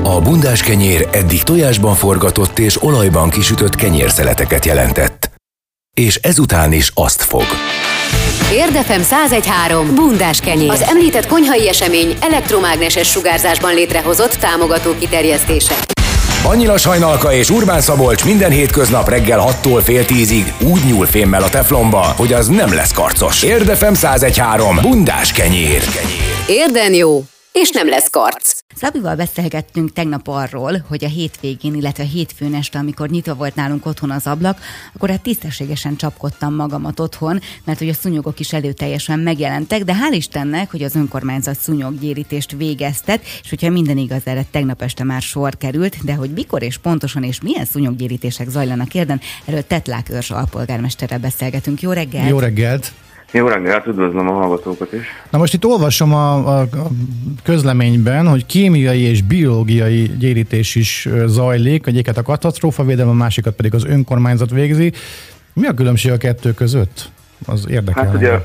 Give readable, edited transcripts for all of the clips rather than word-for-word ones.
A bundás kenyér eddig tojásban forgatott és olajban kisütött kenyérszeleteket jelentett. És ezután is azt fog. Érdefem 101.3 bundás kenyér. Az említett konyhai esemény elektromágneses sugárzásban létrehozott támogató kiterjesztése. Annyila Sajnalka és Urbán Szabolcs minden hétköznap reggel 6-tól fél 10-ig úgy nyúl fémmel a teflonba, hogy az nem lesz karcos. Érdefem 101.3 bundás kenyér. Érden jó, és nem lesz karc. Szabival beszélgettünk tegnap arról, hogy a hétvégén, illetve hétfőn este, amikor nyitva volt nálunk otthon az ablak, akkor hát tisztességesen csapkodtam magamat otthon, mert hogy a szúnyogok is előteljesen megjelentek, de hál' Istennek, hogy az önkormányzat szúnyoggyérítést végeztet, és hogyha minden igaz, erre tegnap este már sor került, de hogy mikor és pontosan és milyen szúnyoggyérítések zajlanak Érden, erről Tetlák Örzs alpolgármesterrel beszélgetünk. Jó reggelt! Jó reggelt! Jó reggelt, üdvözlöm a hallgatókat is. Na most itt olvasom a közleményben, hogy kémiai és biológiai gyérítés is zajlik, egyiket a katasztrófavédelem, a másikat pedig az önkormányzat végzi. Mi a különbség a kettő között? Az érdekel. Hát ugye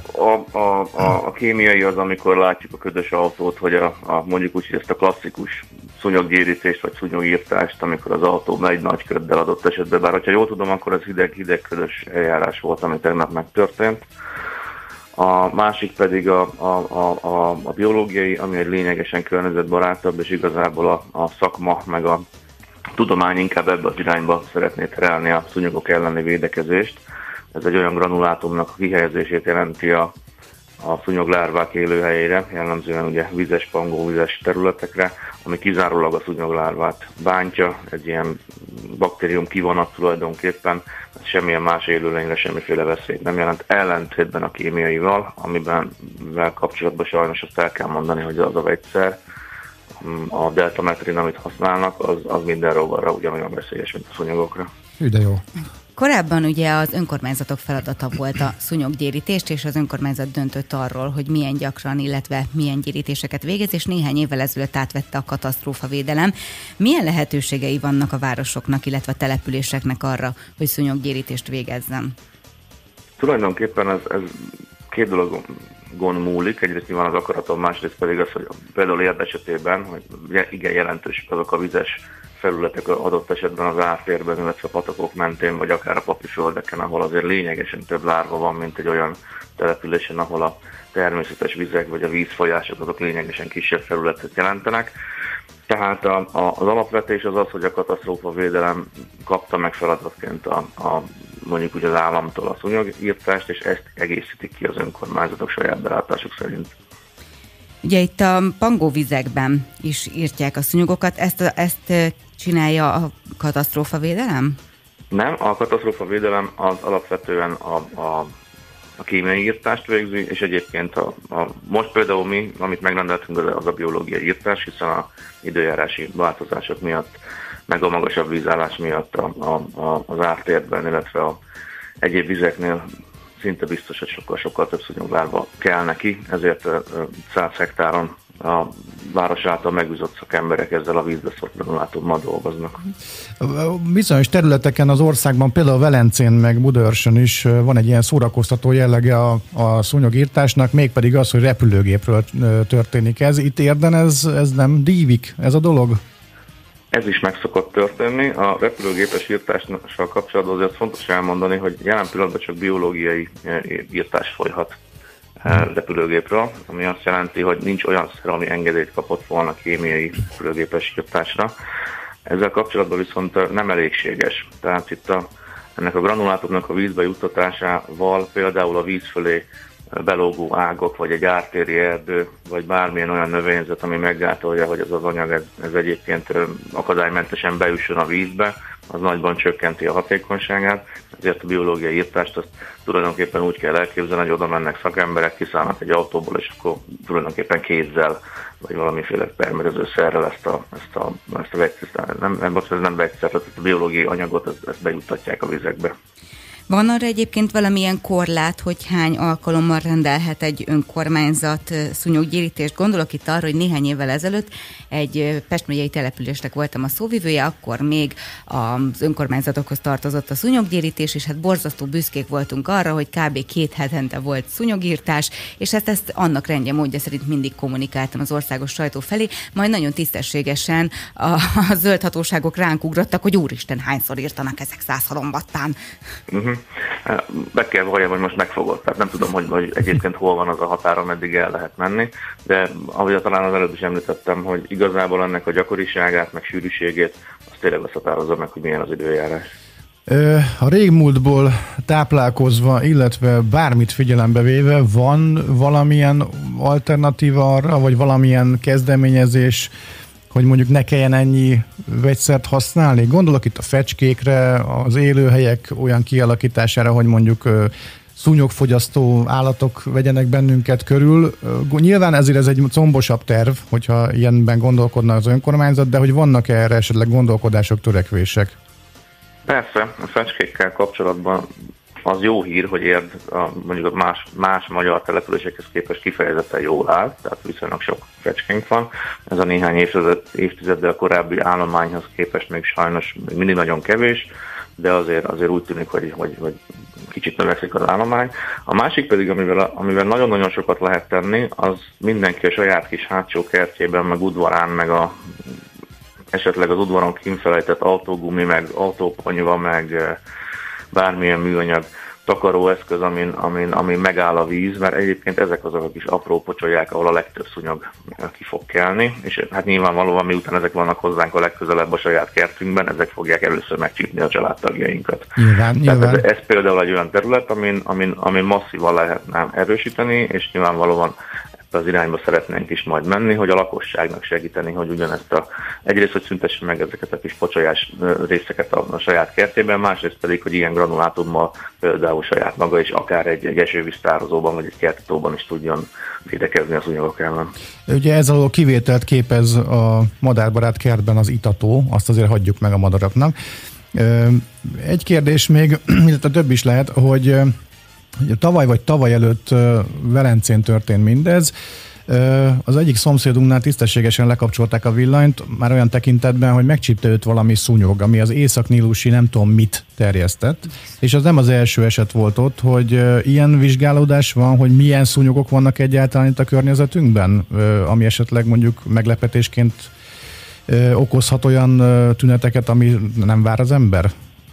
a kémiai az, amikor látjuk a ködös autót, hogy mondjuk úgy, hogy ezt a klasszikus szúnyoggyérítést vagy szúnyogírtást, amikor az autó megy nagy köddel adott esetben, bár ha jól tudom, akkor ez hideg ködös eljárás volt, ami tegnap megtörtént. A másik pedig a biológiai, ami egy lényegesen környezetbarátabb, és igazából a szakma meg a tudomány inkább ebbe az irányba szeretné terelni a szúnyogok elleni védekezést. Ez egy olyan granulátumnak a kihelyezését jelenti a szúnyoglárvák élőhelyére, jellemzően ugye vizes, pangóvizes területekre, ami kizárólag a szúnyoglárvát bántja, egy ilyen baktérium kivonat tulajdonképpen, semmilyen más élőlényre semmiféle veszélyt nem jelent, ellentétben a kémiaival, amiben kapcsolatban sajnos azt el kell mondani, hogy az a vegyszer, a deltametrin, amit használnak, az minden rovarra ugyanolyan veszélyes, mint a szúnyogokra. De jó. Korábban ugye az önkormányzatok feladata volt a szúnyoggyérítést, és az önkormányzat döntött arról, hogy milyen gyakran, illetve milyen gyérítéseket végez, és néhány évvel ezelőtt átvette a katasztrófavédelem. Milyen lehetőségei vannak a városoknak, illetve a településeknek arra, hogy szúnyoggyérítést végezzen? Tulajdonképpen ez két dologon múlik, egyrészt nyilván az akaraton, másrészt pedig az, hogy például Érd esetében, hogy igen jelentősek azok a vizes felületek adott esetben az ártérben, illetve a patakok mentén, vagy akár a papiföldeken, ahol azért lényegesen több lárva van, mint egy olyan településen, ahol a természetes vizek vagy a vízfolyások azok lényegesen kisebb felületet jelentenek. Tehát az alapvetés az, hogy a katasztrófavédelem kapta meg feladatként mondjuk úgy az államtól a szúnyogírtást, és ezt egészítik ki az önkormányzatok saját belátásuk szerint. Ugye itt a pangóvizekben is írtják a szúnyogokat, ezt csinálja a katasztrófavédelem? Nem, a katasztrófavédelem az alapvetően a kémiai írtást végzi, és egyébként most például mi, amit megrendeltünk, az a biológiai írtás, hiszen az időjárási változások miatt, meg a magasabb vízállás miatt az ártérben, illetve a egyéb vizeknél szinte biztos, hogy sokkal több szúnyoglárva kell neki, ezért 100 hektáron a város által megbízott szakemberek ezzel a vízbeszólt granulátummal dolgoznak. Bizonyos területeken az országban, például Velencén meg Budaörsön is van egy ilyen szórakoztató jellege a szúnyogírtásnak, mégpedig az, hogy repülőgépről történik ez. Itt Érden ez nem dívik, ez a dolog? Ez is meg szokott történni. A repülőgépes írtással kapcsolatban azért fontos elmondani, hogy jelen pillanatban csak biológiai írtás folyhat repülőgépről, ami azt jelenti, hogy nincs olyan szer, ami engedélyt kapott volna kémiai repülőgépes írtásra. Ezzel kapcsolatban viszont nem elégséges. Tehát itt ennek a granulátumnak a vízbe juttatásával például a víz fölé belógó ágak, vagy egy ártéri erdő, vagy bármilyen olyan növényzet, ami meggátolja, hogy ez az anyag ez egyébként akadálymentesen bejusson a vízbe, az nagyban csökkenti a hatékonyságát, ezért a biológiai írtást azt tulajdonképpen úgy kell elképzelni, hogy oda mennek szakemberek, kiszállnak egy autóból, és akkor tulajdonképpen kézzel, vagy valamiféle permerező szerrel ezt a vegyszert, nem vegyszer, tehát a biológiai anyagot ezt bejuttatják a vizekbe. Van arra egyébként valamilyen korlát, hogy hány alkalommal rendelhet egy önkormányzat szúnyoggyérítést? Gondolok itt arra, hogy néhány évvel ezelőtt egy Pest megyei településnek voltam a szóvivője, akkor még az önkormányzatokhoz tartozott a szúnyoggyérítés, és hát borzasztó büszkék voltunk arra, hogy kb. 2 hetente volt szúnyogírtás, és hát ezt annak rendje módja szerint mindig kommunikáltam az országos sajtó felé, majd nagyon tisztességesen a zöld hatóságok ránk ugrottak, hogy úristen, hányszor írtanak ezek 100 halombattán. Be kell valljam, hogy most megfogott. Tehát nem tudom, hogy egyébként hol van az a határa, meddig el lehet menni, de ahogy talán az előbb is említettem, hogy igazából ennek a gyakoriságát, meg sűrűségét, az tényleg azt határozza meg, hogy milyen az időjárás. A régmúltból táplálkozva, illetve bármit figyelembe véve, van valamilyen alternatíva arra, vagy valamilyen kezdeményezés, hogy mondjuk ne kelljen ennyi vegyszert használni? Gondolok itt a fecskékre, az élőhelyek olyan kialakítására, hogy mondjuk szúnyogfogyasztó állatok vegyenek bennünket körül. Nyilván ezért ez egy combosabb terv, hogyha ilyenben gondolkodna az önkormányzat, de hogy vannak erre esetleg gondolkodások, törekvések? Persze, a fecskékkel kapcsolatban az jó hír, hogy Érd mondjuk a más magyar településekhez képest kifejezetten jól áll, tehát viszonylag sok fecskénk van. Ez a néhány évtizeddel korábbi állományhoz képest még sajnos még mindig nagyon kevés, de azért úgy tűnik, hogy kicsit növekszik az állomány. A másik pedig, amivel nagyon-nagyon sokat lehet tenni, az mindenki a saját kis hátsó kertjében, meg udvarán, meg esetleg az udvaron kintfelejtett autógumi, meg autóponyva, meg bármilyen műanyag takaróeszköz, amin megáll a víz, mert egyébként ezek azok a kis apró pocsolyák, ahol a legtöbb szúnyog ki fog kelni, és hát nyilvánvalóan miután ezek vannak hozzánk a legközelebb a saját kertünkben, ezek fogják először megcsípni a családtagjainkat. Nyilván. Tehát ez például egy olyan terület, amin masszívan lehetne erősíteni, és nyilvánvalóan az irányba szeretnénk is majd menni, hogy a lakosságnak segíteni, hogy ugyanezt egyrészt, hogy szüntesse meg ezeket a kis pocsolyás részeket a saját kertében, másrészt pedig, hogy ilyen granulátummal például saját maga is akár egy esővíztározóban vagy egy kerttóban is tudjon védekezni az szúnyogok ellen. Ugye ez alól kivételt képez a madárbarát kertben az itató, azt azért hagyjuk meg a madaraknak. Egy kérdés még, illetve több is lehet, hogy tavaly vagy tavaly előtt Velencén történt mindez. Az egyik szomszédunknál tisztességesen lekapcsolták a villanyt, már olyan tekintetben, hogy megcsípte őt valami szúnyog, ami az északnílusi nem tudom mit terjesztett. És az nem az első eset volt ott, hogy ilyen vizsgálódás van, hogy milyen szúnyogok vannak egyáltalán itt a környezetünkben, ami esetleg mondjuk meglepetésként okozhat olyan tüneteket, ami nem vár az ember?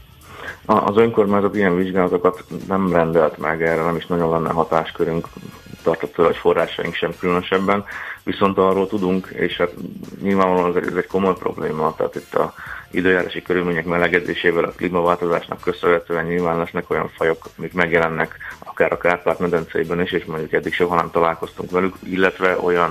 Az önkormányzat ilyen vizsgálatokat nem rendelt meg, erre nem is nagyon lenne hatáskörünk, tartott vagy forrásaink sem különösebben, viszont arról tudunk, és hát nyilvánvalóan ez egy komoly probléma, tehát itt a időjárási körülmények melegedésével, a klímaváltozásnak köszönhetően nyilván lesznek olyan fajok, amik megjelennek akár a Kárpát-medencében is, és mondjuk eddig soha nem találkoztunk velük, illetve olyan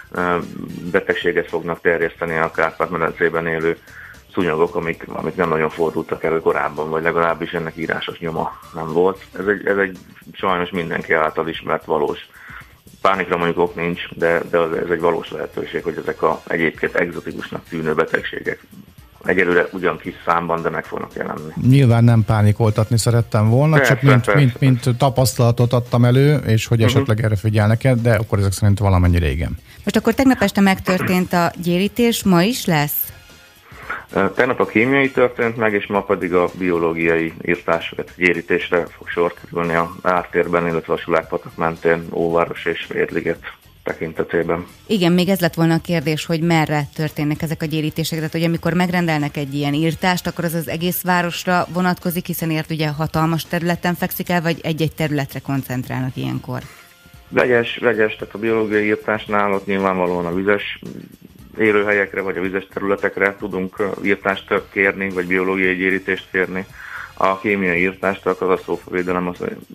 betegséget fognak terjeszteni a Kárpát-medencében élő szúnyogok, amik nem nagyon fordultak elő korábban, vagy legalábbis ennek írásos nyoma nem volt. Ez egy sajnos mindenki által ismert valós. Pánikra mondjuk ok nincs, de ez egy valós lehetőség, hogy ezek a egyébként egzotikusnak tűnő betegségek egyelőre ugyan kis számban, de meg fognak jelenni. Nyilván nem pánikoltatni szerettem volna, persze, csak mint tapasztalatot adtam elő, és hogy esetleg erre figyelnek el, de akkor ezek szerint valamennyi régen. Most akkor tegnap este megtörtént a gyérítés, ma is lesz? Tegnap a kémiai történt meg, és ma pedig a biológiai írtások, gyérítésre fog sor kerülni a Ártérben, illetve a Sulákpatak mentén, Óváros és Vérliget tekintetében. Igen, még ez lett volna a kérdés, hogy merre történnek ezek a gyérítések, tehát hogy amikor megrendelnek egy ilyen írtást, akkor az egész városra vonatkozik, hiszen Érd ugye hatalmas területen fekszik el, vagy egy-egy területre koncentrálnak ilyenkor? Vegyes, tehát a biológiai írtásnál ott nyilvánvalóan a vizes élőhelyekre vagy a vizes területekre tudunk írtást kérni, vagy biológiai gyérítést kérni. A kémiai írtást a katasztrófavédelem az,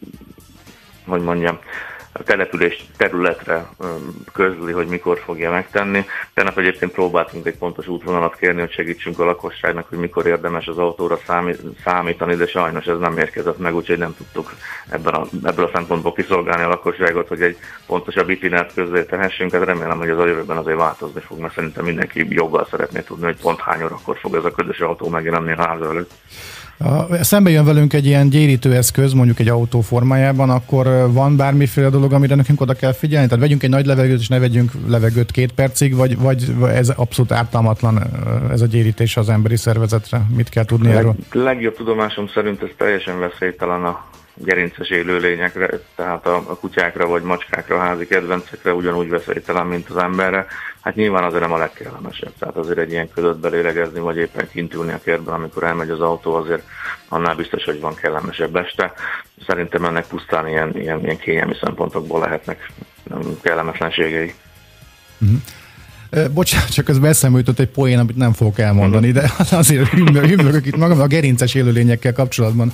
hogy mondjam, a település területre közli, hogy mikor fogja megtenni. Tegnap egyébként próbáltunk egy pontos útvonalat kérni, hogy segítsünk a lakosságnak, hogy mikor érdemes az autóra számítani, de sajnos ez nem érkezett meg, úgyhogy nem tudtuk ebből a szempontból kiszolgálni a lakosságot, hogy egy pontosabb itinerát közzé tehessünk. Hát remélem, hogy az a jövőben azért változni fog, mert szerintem mindenki joggal szeretné tudni, hogy pont hány órakor fog ez a ködös autó megjelenni a háza előtt. Szembe jön velünk egy ilyen gyérítőeszköz, mondjuk egy autó formájában, akkor van bármiféle dolog, amire nekünk oda kell figyelni? Tehát vegyünk egy nagy levegőt, és ne vegyünk levegőt 2 percig, vagy ez abszolút ártalmatlan, ez a gyérítés az emberi szervezetre? Mit kell tudni erről? Legjobb tudomásom szerint ez teljesen veszélytelen a gerinces élőlényekre, tehát a kutyákra vagy macskákra, a házi kedvencekre ugyanúgy veszélytelen, mint az emberre. Hát nyilván azért nem a legkellemesebb. Tehát azért egy ilyen ködöt belélegezni, vagy éppen kint ülni a kertben, amikor elmegy az autó, azért annál biztos, hogy van kellemesebb este. Szerintem ennek pusztán ilyen kényelmi szempontokból lehetnek kellemetlenségei. Uh-huh. Bocsánat, csak közben eszembe jutott egy poén, amit nem fogok elmondani, de azért hümmögök itt magam a gerinces élőlényekkel kapcsolatban.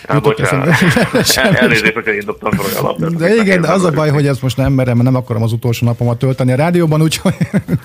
Elnézést, hogyha én dobtam fel a labdát. De igen, de az a baj, hogy ezt most nem merem, mert nem akarom az utolsó napomat tölteni a rádióban, úgyhogy...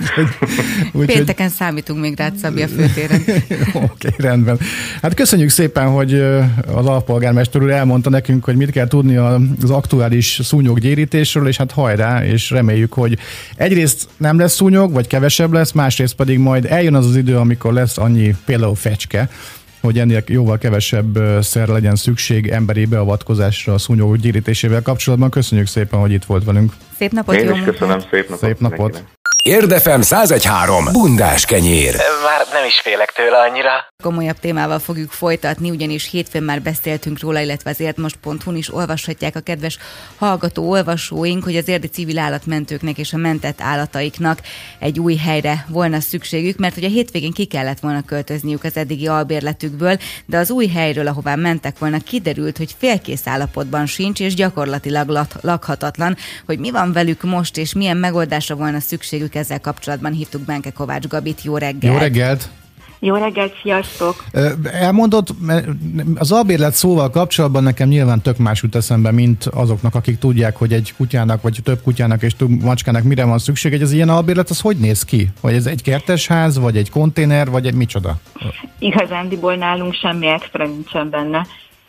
Pénteken számítunk még rád, Szabi, a főtéren. Oké, rendben. Hát köszönjük szépen, hogy az alpolgármester úr elmondta nekünk, hogy mit kell tudni az aktuális szúnyoggyérítésről, és hát hajrá, és reméljük, hogy egyrészt nem lesz szúnyog, vagy kevesebb lesz, másrészt pedig majd eljön az idő, amikor lesz annyi például fecske, hogy ennél jóval kevesebb szer legyen szükség emberi beavatkozásra a szúnyogok gyérítésével kapcsolatban. Köszönjük szépen, hogy itt volt velünk. Szép napot, én is köszönöm, szép napot. Érdefem 101.3. Bundás kenyér. Már nem is félek tőle annyira. Komolyabb témával fogjuk folytatni, ugyanis hétfőn már beszéltünk róla, illetve az érdmost.hu-n is olvashatják a kedves hallgató olvasóink, hogy az érdi civil állatmentőknek és a mentett állataiknak egy új helyre volna szükségük, mert hogy a hétvégén ki kellett volna költözniük az eddigi albérletükből, de az új helyről, ahová mentek volna, kiderült, hogy félkész állapotban sincs, és gyakorlatilag lakhatatlan. Hogy mi van velük most, és milyen megoldásra volna szükségük, ezzel kapcsolatban hívtuk Benke Kovács Gabit. Jó reggelt! Jó reggelt! Jó reggelt, sziasztok! Elmondod, az albérlet szóval kapcsolatban nekem nyilván tök más jut eszembe, mint azoknak, akik tudják, hogy egy kutyának, vagy több kutyának és több macskának mire van szükség. Ez ilyen albérlet, az hogy néz ki? Vagy ez egy kertesház, vagy egy konténer, vagy egy micsoda? Igazándiból nálunk semmi extra nincsen benne.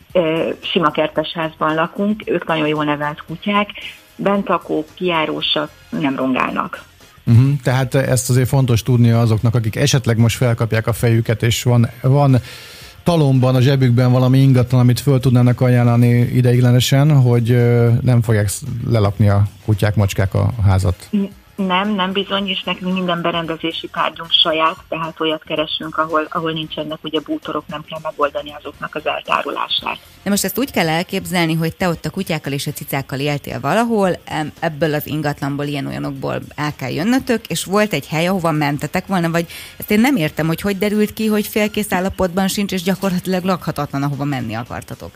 Sima kertesházban lakunk, ők nagyon jól nevelt kutyák, bentakók, kijárósak, nem rongálnak. Tehát ezt azért fontos tudnia azoknak, akik esetleg most felkapják a fejüket, és van talomban, a zsebükben valami ingatlan, amit föl tudnának ajánlani ideiglenesen, hogy nem fogják lelakni a kutyák, macskák a házat. Nem bizony, és nekünk minden berendezési tárgyunk saját, tehát olyat keresünk, ahol nincsenek ugye bútorok, nem kell megoldani azoknak az eltárolását. De most ezt úgy kell elképzelni, hogy te ott a kutyákkal és a cicákkal éltél valahol, ebből az ingatlanból, ilyen-olyanokból el kell jönnötök, és volt egy hely, ahova mentetek volna, vagy ezt én nem értem, hogy derült ki, hogy félkész állapotban sincs, és gyakorlatilag lakhatatlan, ahova menni akartatok.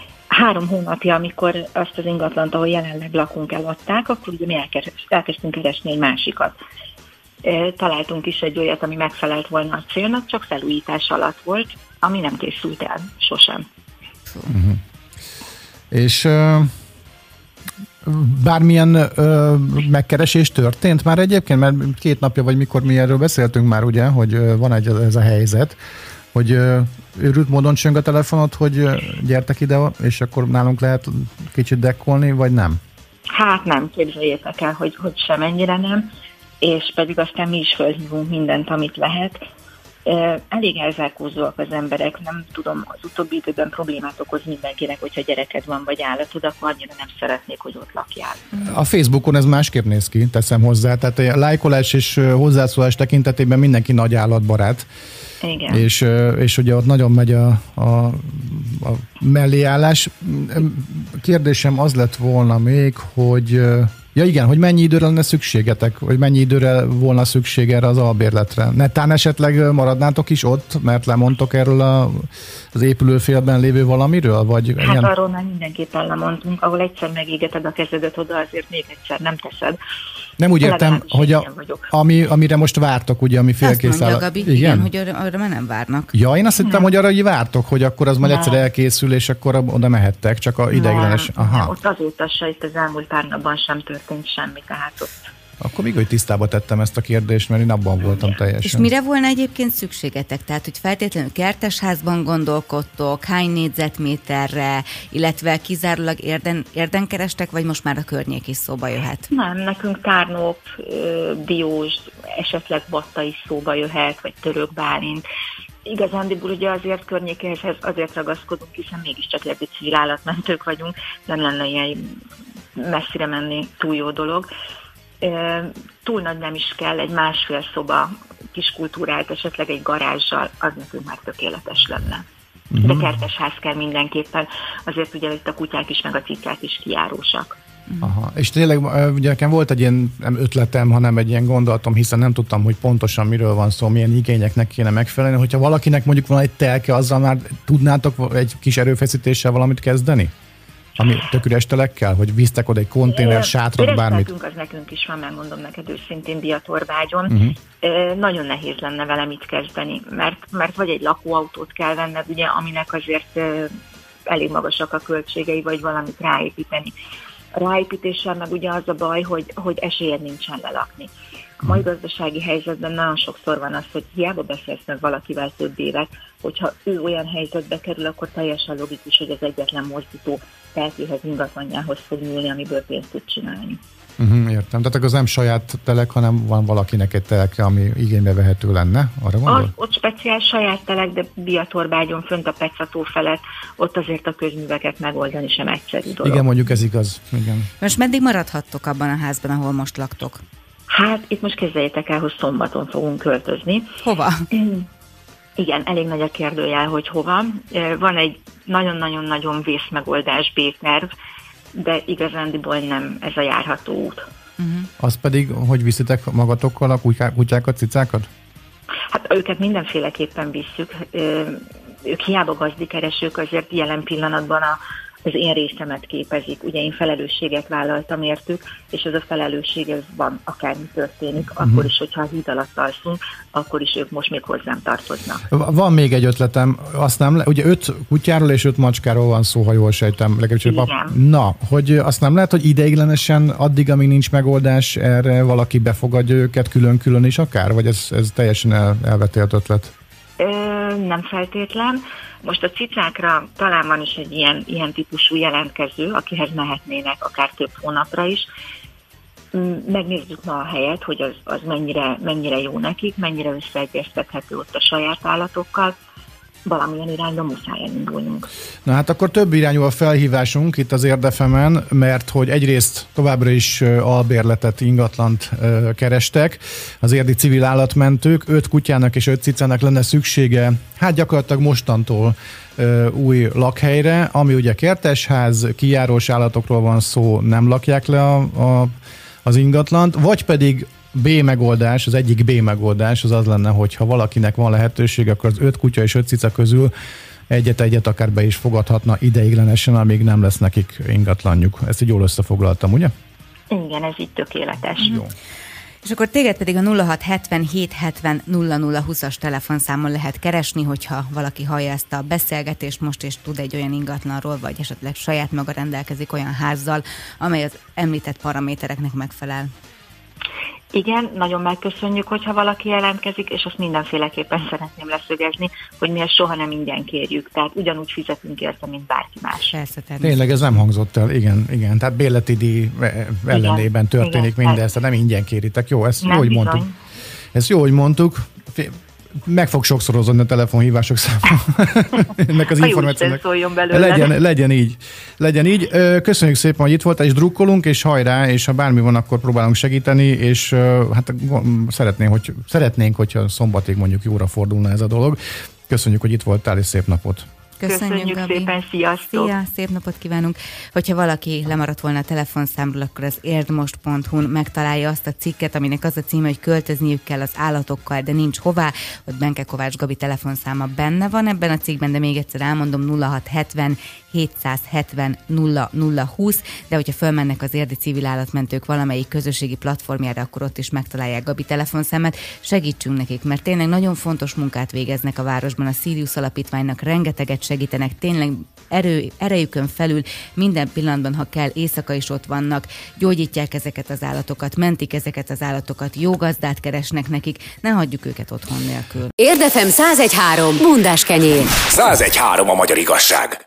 3 hónapja, amikor azt az ingatlant, ahol jelenleg lakunk, eladták, akkor ugye mi elkezdtünk keresni egy másikat. Találtunk is egy olyat, ami megfelelt volna a célnak, csak felújítás alatt volt, ami nem készült el sosem. Uh-huh. És bármilyen megkeresés történt már egyébként? Mert 2 napja, vagy mikor mi erről beszéltünk már, ugye, hogy van ez a helyzet, hogy őrült módon csöng a telefonot, hogy gyertek ide, és akkor nálunk lehet kicsit dekkolni, vagy nem? Hát nem, képzeljétek el, hogy semennyire nem, és pedig aztán mi is felhívunk mindent, amit lehet. Elég elzárkózóak az emberek, nem tudom, az utóbbi időben problémát okoz mindenkinek, hogyha gyereked van, vagy állatod, akkor annyira nem szeretnék, hogy ott lakjál. A Facebookon ez másképp néz ki, teszem hozzá, tehát a lájkolás és hozzászólás tekintetében mindenki nagy állatbarát. Igen. És ugye ott nagyon megy a melléállás. Kérdésem az lett volna még, hogy hogy mennyi időre lenne szükségetek, vagy mennyi időre volna szükség erre az albérletre? Netán esetleg maradnátok is ott, mert lemondtok erről az épülőfélben lévő valamiről? Vagy hát ilyen... arról már mindenképpen lemondtunk, ahol egyszer megégeted a kezedet oda, azért még egyszer nem teszed. Nem úgy értem, hogy amire most vártok, ugye, ami félkész áll. Gabi, igen, hogy arra már nem várnak. Ja, én azt hittem, hogy arra így vártok, hogy akkor az majd egyszer elkészül, és akkor oda mehettek, csak a ideiglenes. Aha. Ott azóta se, itt az elmúlt pár napban sem történt semmi, tehát ott. Akkor még, hogy tisztába tettem ezt a kérdést, mert én abban voltam teljesen. És mire volna egyébként szükségetek? Tehát, hogy feltétlenül kertesházban gondolkodtok, hány négyzetméterre, illetve kizárólag érden kerestek, vagy most már a környék is szóba jöhet? Nem, nekünk Tárnok, Diós, esetleg Batta is szóba jöhet, vagy Török Bálint. Igazándiból ugye azért környékéhez azért ragaszkodunk, hiszen mégiscsak érdi civil állatmentők vagyunk, nem lenne ilyen messzire menni túl jó dolog. Túl nagy nem is kell, egy 1,5 szoba kis kultúrált, esetleg egy garázsal, az nekünk már tökéletes lenne. De kertesház kell mindenképpen, azért ugye itt a kutyák is, meg a cicák is kijárósak. Aha. És tényleg ugye nekem volt egy ilyen ötletem, hanem egy ilyen gondolatom, hiszen nem tudtam, hogy pontosan miről van szó, milyen igényeknek kéne megfelelni. Hogyha valakinek mondjuk van egy telke, azzal már tudnátok egy kis erőfeszítéssel valamit kezdeni? Ami tök üres telekkel? Hogy visztek oda egy konténer, sátrat, bármit? Az nekünk is van, megmondom neked őszintén, Diatorbágyon. Nagyon nehéz lenne vele mit kezdeni, mert vagy egy lakóautót kell venned, ugye, aminek azért elég magasak a költségei, vagy valamit ráépíteni. A ráépítéssel meg ugye az a baj, hogy esélyed nincsen lelakni. A mai gazdasági helyzetben nagyon sokszor van az, hogy hiába beszélsz meg valakivel több évet, hogyha ő olyan helyzetbe kerül, akkor teljesen logikus, hogy az egyetlen mozdító telkéhez, ingatlanjához fog nyúlni, amiből pénzt tud csinálni. Értem. Tehát az nem saját telek, hanem van valakinek egy telke, ami igénybe vehető lenne. Arra gondol? Ott speciál saját telek, de Diatorbágyon fönt a Pecató felett, ott azért a közműveket megoldani sem egyszerű dolog. Igen, mondjuk ez igaz. Igen. Most meddig maradhattok abban a házban, ahol most laktok? Hát itt most képzeljétek el, hogy szombaton fogunk költözni. Hova? Igen, elég nagy a kérdőjel, hogy hova. Van egy nagyon-nagyon-nagyon vészmegoldás, B-terv, de igazándiból nem ez a járható út. Az pedig, hogy viszitek magatokkal a kutyákat, cicákat? Hát őket mindenféleképpen visszük. Ők hiába gazdikeresők, azért jelen pillanatban az én részemet képezik. Ugye én felelősséget vállaltam értük, és ez a felelősség ez van, akármi történik, akkor is, hogyha a híd alatt alszunk, akkor is ők most még hozzám tartoznak. Van még egy ötletem, azt nem, ugye 5 kutyáról és 5 macskáról van szó, ha jól sejtem. Na, hogy azt nem lehet, hogy ideiglenesen addig, amíg nincs megoldás, erre valaki befogadja őket külön-külön is akár? Vagy ez teljesen elvetélt ötlet? Nem feltétlen. Most a cicákra talán van is egy ilyen típusú jelentkező, akihez mehetnének akár több hónapra is. Megnézzük ma a helyet, hogy az mennyire jó nekik, mennyire összeegyeztethető ott a saját állatokkal. Valamilyen irányba muszáj elindulnunk. Na hát akkor több irányú a felhívásunk itt az Érdefemen, mert hogy egyrészt továbbra is albérletet, ingatlant kerestek, az érdi civil állatmentők, 5 kutyának és 5 cicának lenne szüksége, hát gyakorlatilag mostantól új lakhelyre, ami ugye kertesház, kijárós állatokról van szó, nem lakják le az ingatlant, vagy pedig B megoldás, az egyik B megoldás az lenne, hogyha valakinek van lehetőség, akkor az 5 kutya és 5 cica közül egyet akár be is fogadhatna ideiglenesen, amíg nem lesz nekik ingatlanjuk. Ezt így jól összefoglaltam, ugye? Igen, ez így tökéletes. Jó. És akkor téged pedig a 0677700020-as telefonszámon lehet keresni, hogyha valaki hallja ezt a beszélgetést most, és tud egy olyan ingatlanról, vagy esetleg saját maga rendelkezik olyan házzal, amely az említett paramétereknek megfelel. Igen, nagyon megköszönjük, hogyha valaki jelentkezik, és azt mindenféleképpen szeretném leszögezni, hogy mi ezt soha nem ingyen kérjük. Tehát ugyanúgy fizetünk érte, mint bárki más. Persze, tényleg ez nem hangzott el, igen. Tehát bérleti díj ellenében történik mindez, tehát nem ingyen kéritek. Jó, ezt jó, hogy mondtuk. Ezt jó, hogy mondtuk. Meg fog sokszorozódni a telefonhívások száma. Ennek az információnak. Legyen így. Köszönjük szépen, hogy itt voltál, és drukkolunk, és hajrá, és ha bármi van, akkor próbálunk segíteni, és hát szeretnénk, hogyha szombatig mondjuk jóra fordulna ez a dolog. Köszönjük, hogy itt voltál, és szép napot. Köszönjük Gabi. Szépen, sziasztok! Szia, szép napot kívánunk! Hogyha valaki lemaradt volna a telefonszámról, akkor az érdmost.hu-n megtalálja azt a cikket, aminek az a címe, hogy költözniük kell az állatokkal, de nincs hová. Ott Benke Kovács Gabi telefonszáma benne van ebben a cikkben, de még egyszer elmondom, 0670 770 0020, de hogyha fölmennek az érdi civil állatmentők valamelyik közösségi platformjára, akkor ott is megtalálják Gabi telefonszámát. Segítsünk nekik, mert tényleg nagyon fontos munkát végeznek a városban. A Sirius Alapítványnak rengeteget segítenek, tényleg erejükön felül minden pillanatban, ha kell, éjszaka is ott vannak, gyógyítják ezeket az állatokat, mentik ezeket az állatokat, jó gazdát keresnek nekik, ne hagyjuk őket otthon nélkül. Érdefem 101.3, Bundás kenyér. 101.3 a magyar igazság. Szebenyi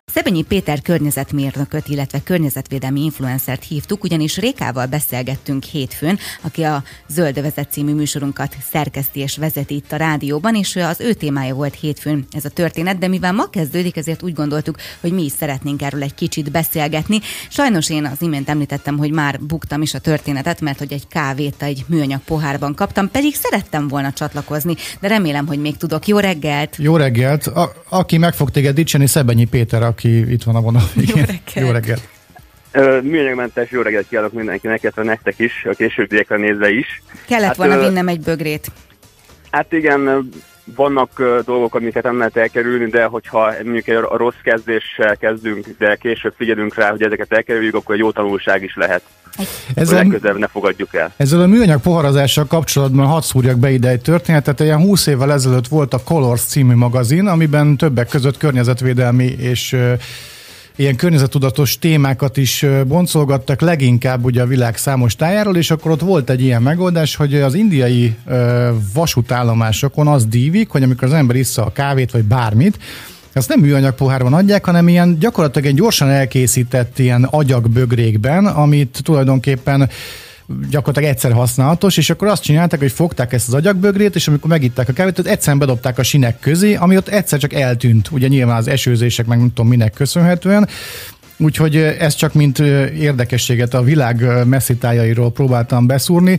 Péter környezetmérnököt, illetve környezetvédelmi influencert hívtuk, ugyanis Rékával beszélgettünk hétfőn, aki a Zöld Övezet című műsorunkat szerkeszti és vezeti itt a rádióban, és az ő témája volt hétfőn ez a történet, de mivel ma kezdődik, ezért úgy gondoltuk, hogy mi is szeretnénk erről egy kicsit beszélgetni. Sajnos én az imént említettem, hogy már buktam is a történetet, mert hogy egy kávét egy műanyag pohárban kaptam, pedig szerettem volna csatlakozni, de remélem, hogy még tudok. Jó reggelt! Jó reggelt! Aki meg fog téged dicsérni, Szebenyi Péter, aki itt van a vonal. Jó reggelt! Jó reggelt! Műanyagmentes jó reggelt kívánok mindenkinek, illetve nektek is, a későbbiekre nézve is. Kellett volna vinnem egy bögrét. Hát igen, vannak dolgok, amiket nem lehet elkerülni, de hogyha mondjuk a rossz kezdéssel kezdünk, de később figyelünk rá, hogy ezeket elkerüljük, akkor egy jó tanulság is lehet. Legközelebb ne fogadjuk el. Ezzel a műanyag poharazással kapcsolatban hadd szúrjak be ide egy történetet. Ilyen 20 évvel ezelőtt volt a Colors című magazin, amiben többek között környezetvédelmi és ilyen környezettudatos témákat is boncolgattak, leginkább ugye a világ számos tájáról, és akkor ott volt egy ilyen megoldás, hogy az indiai vasútállomásokon az dívik, hogy amikor az ember issza a kávét vagy bármit, azt nem műanyag pohárban adják, hanem ilyen gyakorlatilag egy gyorsan elkészített ilyen agyagbögrékben, amit tulajdonképpen gyakorlatilag egyszer használatos, és akkor azt csinálták, hogy fogták ezt az agyagbögrét, és amikor megitták a kávét, egyszerűen bedobták a sinek közé, ami ott egyszer csak eltűnt, ugye nyilván az esőzések, meg nem tudom minek köszönhetően. Úgyhogy ez csak mint érdekességet a világ messzi tájairól próbáltam beszúrni.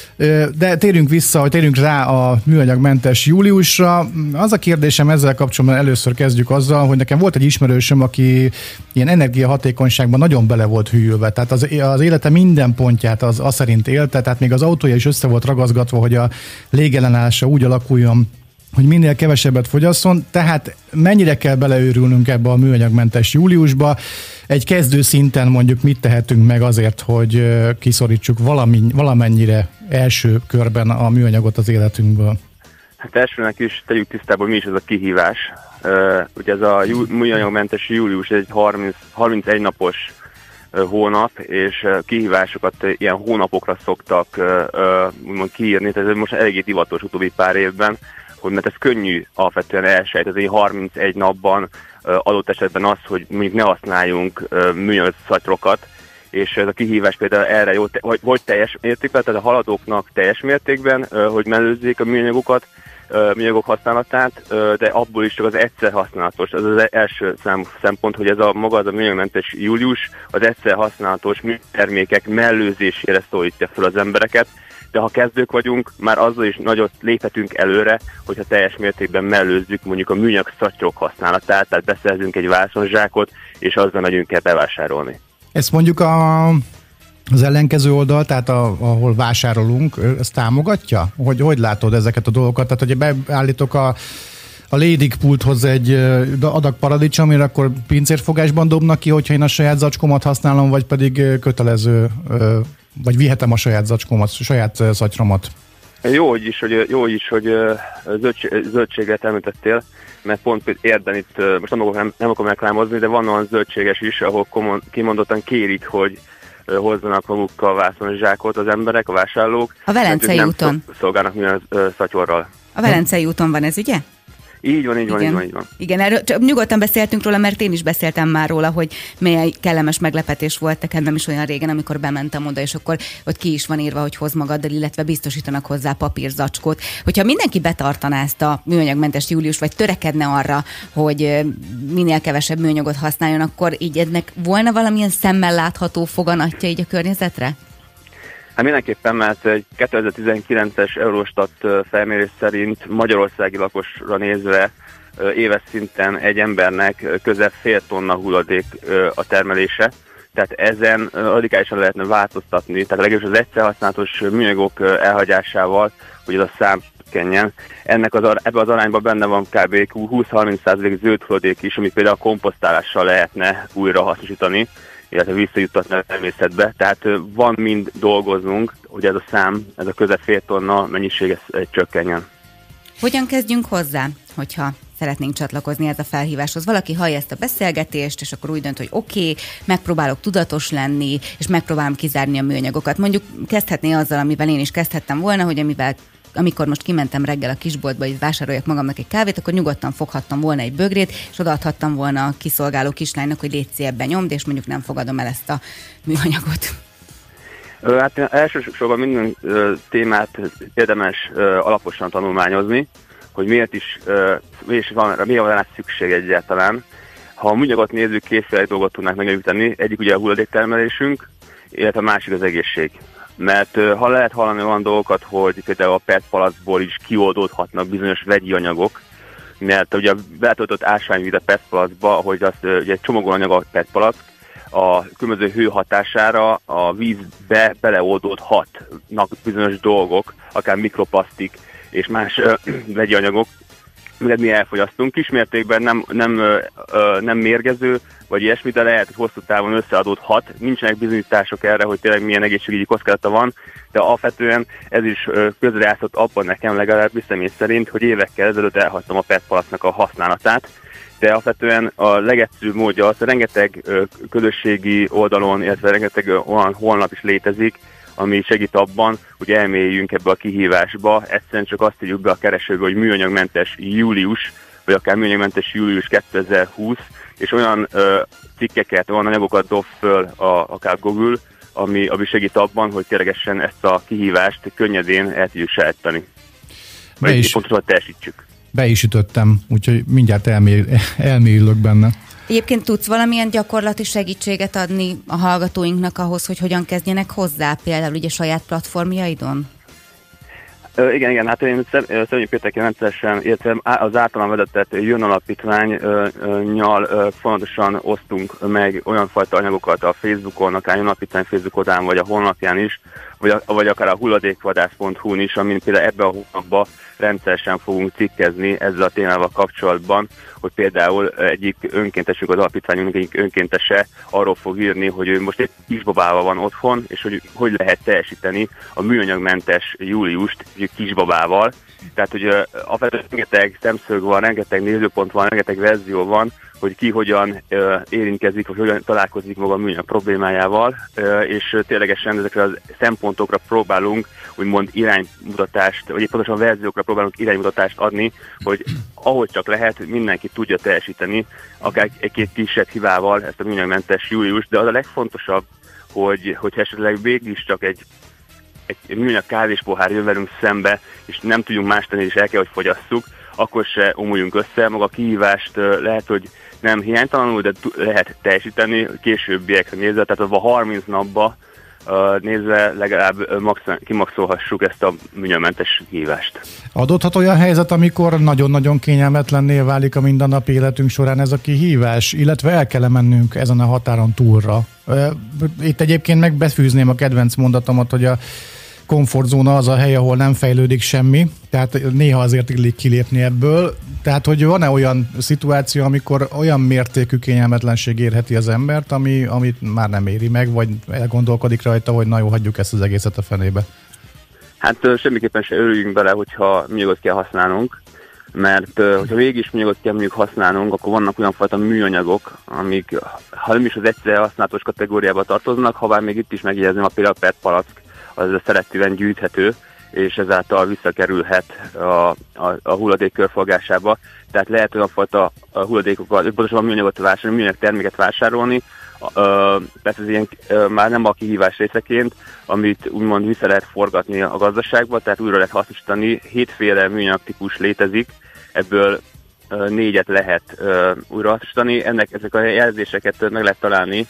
De térjünk rá a műanyagmentes júliusra. Az a kérdésem ezzel kapcsolatban, először kezdjük azzal, hogy nekem volt egy ismerősöm, aki ilyen energiahatékonyságban nagyon bele volt hűlve. Tehát az élete minden pontját az szerint élte, tehát még az autója is össze volt ragaszgatva, hogy a légellenállása úgy alakuljon, hogy minél kevesebbet fogyasszon, tehát mennyire kell beleőrülnünk ebbe a műanyagmentes júliusba. Egy kezdő szinten mondjuk mit tehetünk meg azért, hogy kiszorítsuk valamennyire első körben a műanyagot az életünkből? Hát elsőnek is tegyük tisztában, mi is ez a kihívás. Ugye ez a műanyagmentes július egy 31 napos hónap, és kihívásokat ilyen hónapokra szoktak úgymond kiírni, tehát ez most eléggé divatos utóbbi pár évben, mert ez könnyű alapvetően elsejtezni 31 napban adott esetben az, hogy mondjuk ne használjunk műanyag szatyrokat, és ez a kihívás például erre jó, vagy teljes mértékben, tehát a haladóknak teljes mértékben, hogy mellőzzék a műanyagok használatát, de abból is csak az egyszer használatos. Az az első szempont, hogy ez a maga az a műanyagmentes július az egyszer használatos műtermékek mellőzésére szólítja fel az embereket, de ha kezdők vagyunk, már azzal is nagyot léphetünk előre, hogyha teljes mértékben mellőzzük mondjuk a műanyag szatyrok használatát, tehát beszerzünk egy vászonzsákot, és azzal megyünk el bevásárolni. Ezt mondjuk az ellenkező oldal, tehát ahol vásárolunk, ezt támogatja? Hogy látod ezeket a dolgokat? Tehát, hogy beállítok a Lédik pulthoz egy adag paradicsomért, akkor pincérfogásban dobnak ki, hogyha én a saját zacskómat használom, vagy pedig kötelező, vagy vihetem a saját zacskómat, saját szatyromat? Jó is, hogy zöldséget említettél, mert pont Érden itt, most nem akarom reklámozni, de van olyan zöldséges is, ahol kimondottan kérik, hogy hozzanak magukkal vászonzsákot az emberek, a vásárlók. A Velencei úton. Szolgálnak minden szatyorral. A Velencei úton van ez, ugye? Így van. Igen, erről nyugodtan beszéltünk róla, mert én is beszéltem már róla, hogy milyen kellemes meglepetés volt nekem nem is olyan régen, amikor bementem oda, és akkor ott ki is van írva, hogy hoz magaddal, illetve biztosítanak hozzá papírzacskót. Hogyha mindenki betartaná ezt a műanyagmentes július, vagy törekedne arra, hogy minél kevesebb műanyagot használjon, akkor így ennek volna valamilyen szemmel látható foganatja így a környezetre? Hát mindenképpen, mert egy 2019-es Eurostat felmérés szerint magyarországi lakosra nézve éves szinten egy embernek közel fél tonna hulladék a termelése, tehát ezen radikálisan lehetne változtatni, tehát legalábbis az egyszerhasználatos műanyagok elhagyásával, hogy ez a szám csökkenjen. Ebben az arányban benne van kb. 20-30% zöld hulladék is, amit például a komposztálással lehetne újra hasznosítani, illetve visszajuttatni a természetbe. Tehát van mind dolgoznunk, hogy ez a szám, ez a közel fél tonna mennyiség csökkenjen. Hogyan kezdjünk hozzá, hogyha szeretnénk csatlakozni ez a felhíváshoz? Valaki hallja ezt a beszélgetést, és akkor úgy dönt, hogy oké, megpróbálok tudatos lenni, és megpróbálom kizárni a műanyagokat. Mondjuk kezdhetné azzal, amivel én is kezdhettem volna, hogy amivel amikor most kimentem reggel a kisboltba, hogy vásároljak magamnak egy kávét, akkor nyugodtan foghattam volna egy bögrét, és odaadhattam volna a kiszolgáló kislánynak, hogy légy szíves, benyomd, és mondjuk nem fogadom el ezt a műanyagot. Hát elsősorban minden témát érdemes alaposan tanulmányozni, hogy miért van rá szükség egyáltalán. Ha a műanyagot nézzük, kétféle dolgot tudnánk megemlíteni. Egyik ugye a hulladéktermelésünk, illetve a másik az egészség. Mert ha lehet hallani olyan dolgokat, hogy például a PET palacból is kioldódhatnak bizonyos vegyi anyagok, mert ugye beletöltött ásványvíz a PET palacba, ahogy azt ugye egy csomagolanyag a PET palack, a különböző hő hatására a vízbe beleoldódhatnak bizonyos dolgok, akár mikroplasztik és más vegyi anyagok, amiket mi elfogyasztunk. Kismértékben nem mérgező, vagy ilyesmi, de lehet, hogy hosszú távon összeadódhat. Nincsenek bizonyítások erre, hogy tényleg milyen egészségügyi kockázata van, de alapvetően ez is közrejátszott abban nekem legalábbis személy szerint, hogy évekkel ezelőtt elhagytam a PET palacnak a használatát, de alapvetően a legegyszerűbb módja az, rengeteg közösségi oldalon, illetve rengeteg olyan honlap is létezik, ami segít abban, hogy elmélyüljünk ebbe a kihívásba. Egyszerűen csak azt írjuk be a keresőbe, hogy műanyagmentes július, vagy akár műanyagmentes július 2020, és olyan cikkeket, olyan anyagokat dob föl akár Google, ami segít abban, hogy ténylegesen ezt a kihívást könnyedén el tudjuk sajátítani. Vagy pontosan teljesítsük. Be is ütöttem, úgyhogy mindjárt elmélyülök benne. Egyébként tudsz valamilyen gyakorlati segítséget adni a hallgatóinknak ahhoz, hogy hogyan kezdjenek hozzá, például ugye saját platformjaidon? Igen, hát én Szörnyi Péterként rendszeresen, illetve az általán vezetett Jön Alapítvánnyal fontosan osztunk meg olyan fajta anyagokat a Facebookon, akár Jön Alapítvány Facebook oldalán, vagy a honlapján is, vagy akár a hulladékvadász.hu-n is, amin például ebbe a hónapban rendszeresen fogunk cikkezni ezzel a témával kapcsolatban, hogy például egyik önkéntesünk, az alapítványunknak egyik önkéntese arról fog írni, hogy ő most egy kisbabával van otthon, és hogy lehet teljesíteni a műanyagmentes júliust egy kisbabával. Tehát, hogy alapvetően rengeteg szemszög van, rengeteg nézőpont van, rengeteg verzió van, hogy ki hogyan érintkezik, vagy hogyan találkozik maga a műanyag problémájával, és ténylegesen ezekre a szempontokra próbálunk úgymond iránymutatást, vagy pontosan verziókra próbálunk iránymutatást adni, hogy ahogy csak lehet, mindenki tudja teljesíteni, akár egy-két kisebb hibával ezt a műanyagmentes július, de az a legfontosabb, hogy esetleg végig is csak egy műanyag kávéspohár jön velünk szembe, és nem tudjunk más tenni, és el kell, hogy fogyasszuk, akkor se omuljunk össze. Maga a kihívást lehet, hogy nem hiánytalanul, de lehet teljesíteni későbbiekre nézve, tehát a 30 napba nézve legalább kimaxolhassuk ezt a műanyagmentes kihívást. Adódhat olyan helyzet, amikor nagyon-nagyon kényelmetlenné válik a mindennapi életünk során ez a kihívás, illetve el kell mennünk ezen a határon túlra. Itt egyébként megbefűzném a kedvenc mondatomat, hogy a komfortzóna az a hely, ahol nem fejlődik semmi, tehát néha azért illik kilépni ebből. Tehát, hogy van-e olyan szituáció, amikor olyan mértékű kényelmetlenség érheti az embert, amit már nem éri meg, vagy elgondolkodik rajta, hogy na jó, hagyjuk ezt az egészet a fenébe? Hát semmiképpen se örüljünk bele, hogyha műanyagot kell használnunk, mert hogyha végig is műanyagot kell mondjuk használnunk, akkor vannak olyan fajta műanyagok, amik, ha nem is az egyszerre használatos kategóriába tartoznak, ha bár még itt is megjegyezném, a például PET palack, az szelektíven gyűjthető, és ezáltal visszakerülhet a hulladék körforgásába. Tehát lehet olyan fajta hulladékokat, pontosan műanyagot vásárolni, műanyag terméket vásárolni, persze ez ilyen már nem a kihívás részeként, amit úgymond vissza lehet forgatni a gazdaságba, tehát újra lehet hasznosítani. 7 féle műanyag típus létezik, ebből 4-et lehet újra hasznosítani. Ezek a jelzéseket meg lehet találni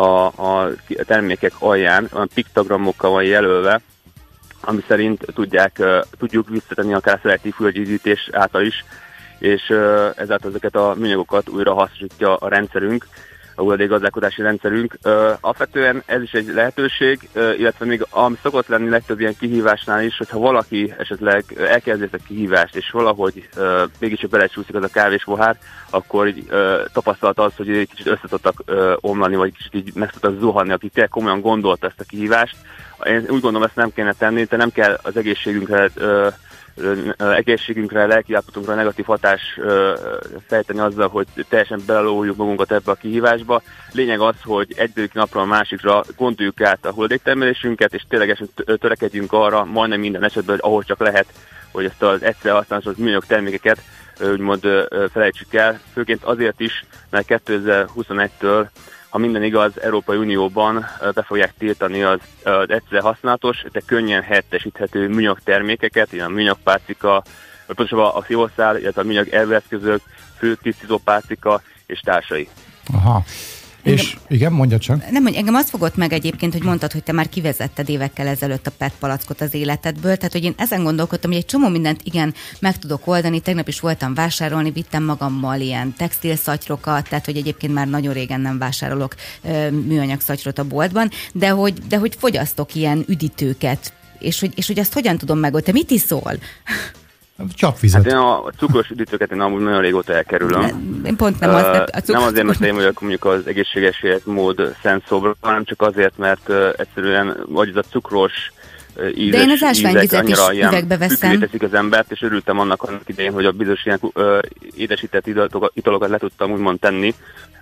a termékek alján, olyan piktogramokkal van jelölve, ami szerint tudjuk visszatenni akár szelektív hulladékgyűjtés által is, és ezáltal ezeket a műanyagokat újra hasznosítja a rendszerünk, a hulladékgazdálkodási rendszerünk. Alapvetően ez is egy lehetőség, illetve még ami szokott lenni legtöbb ilyen kihívásnál is, hogyha valaki esetleg elkezdi ezt a kihívást, és valahogy mégiscsak belecsúszik az a kávéspohár, akkor így, tapasztalat az, hogy egy kicsit össze tudtak omlani, vagy kicsit így meg tudtak zuhanni, aki tényleg komolyan gondolta ezt a kihívást. Én úgy gondolom, ezt nem kéne tenni, de nem kell az egészségünkre egészségünkre, lelkiállapotunkra negatív hatás fejteni azzal, hogy teljesen belelóuljuk magunkat ebbe a kihívásba. Lényeg az, hogy egyik napról a másikra gondoljuk át a hulladéktermelésünket, és ténylegesen törekedjünk arra, majdnem minden esetben, hogy ahol csak lehet, hogy ezt az egyszer használatos műanyag termékeket úgymond felejtsük el. Főként azért is, mert 2021-től, ha minden igaz, Európai Unióban be fogják tiltani az egyszer használatos, de könnyen helyettesíthető műanyag termékeket, ilyen a műanyagpálcika, vagy pontosabban a szívószál, illetve a műanyag elveszközök, főtisztítópálcika és társai. Aha. És igen, mondja csak. Nem, hogy engem azt fogott meg egyébként, hogy mondtad, hogy te már kivezetted évekkel ezelőtt a PET palackot az életedből, tehát hogy én ezen gondolkodtam, hogy egy csomó mindent igen meg tudok oldani. Tegnap is voltam vásárolni, vittem magammal ilyen textilszatyrokat, tehát hogy egyébként már nagyon régen nem vásárolok műanyag szatyrot a boltban, de hogy fogyasztok ilyen üdítőket, és hogy azt hogyan tudom megoldani. Te mit iszol? Csapvizet. Hát én a cukros üdítőket én amúgy nagyon régóta elkerülöm. Én pont nem az. Nem azért, mert én vagyok mondjuk az egészséges életmód szent szobra, hanem csak azért, mert egyszerűen vagy ez a cukros ízes, de én az ásványvizet is üvegbe veszem. Teszik az embert, és örültem annak idején, hogy a bizonyos ilyen édesített italokat le tudtam úgymond tenni,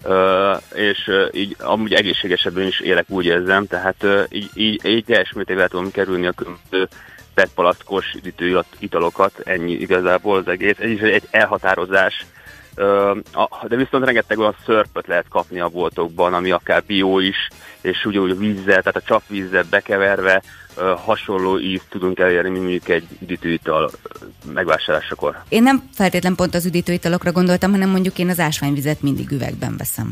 és így amúgy egészségesebben is élek, úgy érzem, tehát így teljes mértékben el tudom kerülni a különböző PET-palackos üdítő italokat, ennyi igazából az egész. Ez is egy elhatározás, de viszont rengeteg olyan szörpöt lehet kapni a boltokban, ami akár bio is, és ugyanúgy a vízzel, tehát a csapvízzel bekeverve hasonló ízt tudunk elérni, mint mondjuk egy üdítőital megvásárlásakor. Én nem feltétlen pont az üdítőitalokra gondoltam, hanem mondjuk én az ásványvizet mindig üvegben veszem.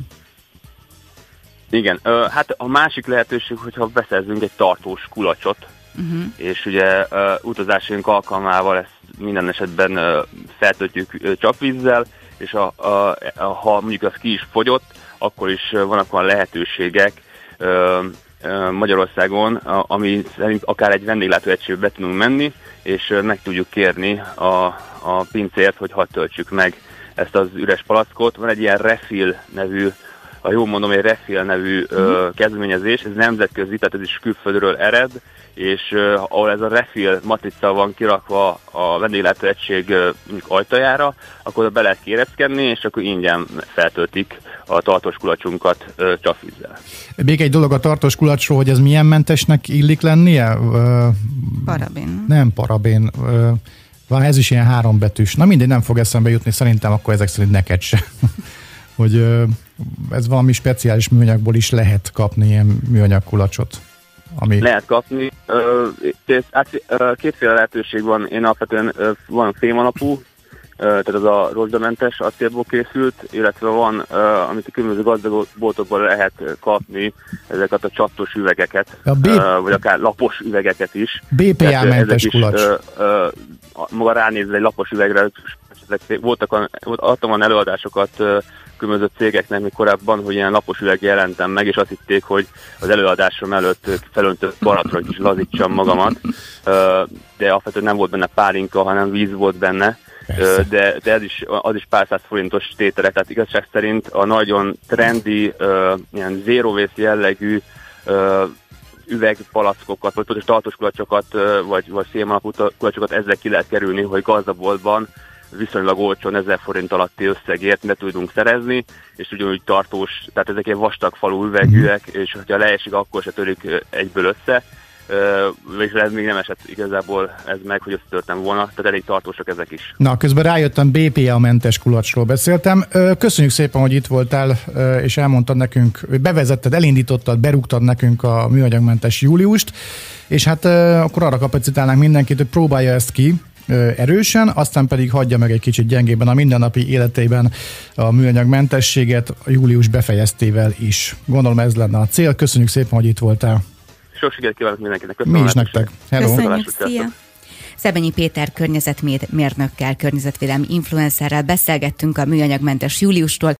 Igen, hát a másik lehetőség, hogyha beszerzünk egy tartós kulacsot, és ugye utazásaink alkalmával ezt minden esetben feltöltjük csapvízzel, és ha mondjuk az ki is fogyott, akkor is vannak olyan lehetőségek Magyarországon, ami szerint akár egy vendéglátóegységbe be tudunk menni, és meg tudjuk kérni a pincért, hogy hadd töltsük meg ezt az üres palackot. Van egy ilyen refill nevű, ha jól mondom, egy refill nevű kezdeményezés, ez nemzetközi, tehát ez is külföldről ered, és ahol ez a refill matrica van kirakva a vendéglátóegység ajtajára, akkor be lehet kéreckedni, és akkor ingyen feltöltik a tartós kulacsunkat csapvízzel. Még egy dolog a tartós kulacsról, hogy ez milyen mentesnek illik lennie? Parabén. Nem parabén. Ez is ilyen 3 betűs. Na mindegy, nem fog eszembe jutni, szerintem akkor ezek szerint neked se. Hogy ez valami speciális műanyagból is lehet kapni ilyen műanyag kulacsot. Ami... Lehet kapni. Kétféle lehetőség van. Én alapvetően van fém alapú, tehát az a rozsdamentes acélból készült, illetve van, amit a különböző gazdaboltokban lehet kapni, ezeket a csaptos üvegeket, vagy akár lapos üvegeket is. BPA-mentes kulacs. Maga ránézve egy lapos üvegre, adtam olyan előadásokat különböző cégeknek még korábban, hogy ilyen lapos üveg jelentem meg, és azt hitték, hogy az előadásom előtt felöntött baratra is lazítsam magamat, de alapvetően nem volt benne pálinka, hanem víz volt benne, de az is pár száz forintos tételek, tehát igazság szerint a nagyon trendi, ilyen zero waste jellegű üvegpalackokat, vagy tartós kulacsokat, vagy szénalapú kulacsokat ezzel ki lehet kerülni, hogy gazdaboltban viszonylag olcsón 1000 forint alatti összegért be tudunk szerezni, és ugyanúgy tartós, tehát ezek egy vastag falú üvegűek, és hogyha leesik, akkor se törik egyből össze, és ez még nem esett igazából ez meg, hogy összetörtem volna, tehát elég tartósak ezek is. Na, közben rájöttem, BPA-mentes kulacsról beszéltem. Köszönjük szépen, hogy itt voltál, és elmondtad nekünk, bevezetted, elindítottad, berúgtad nekünk a műanyagmentes júliust, és hát akkor arra kapacitálnánk mindenkit, hogy próbálja ezt ki erősen, aztán pedig hagyja meg egy kicsit gyengében a mindennapi életében a műanyagmentességet a július befejeztével is. Gondolom ez lenne a cél. Köszönjük szépen, hogy itt voltál. Sok sikert kívánok mindenkinek. Köszönöm. Mi is nektek. Hello. Köszönjük, szia! Szebenyi Péter környezetmérnökkel, környezetvédelmi influencerrel beszélgettünk a műanyagmentes júliustól.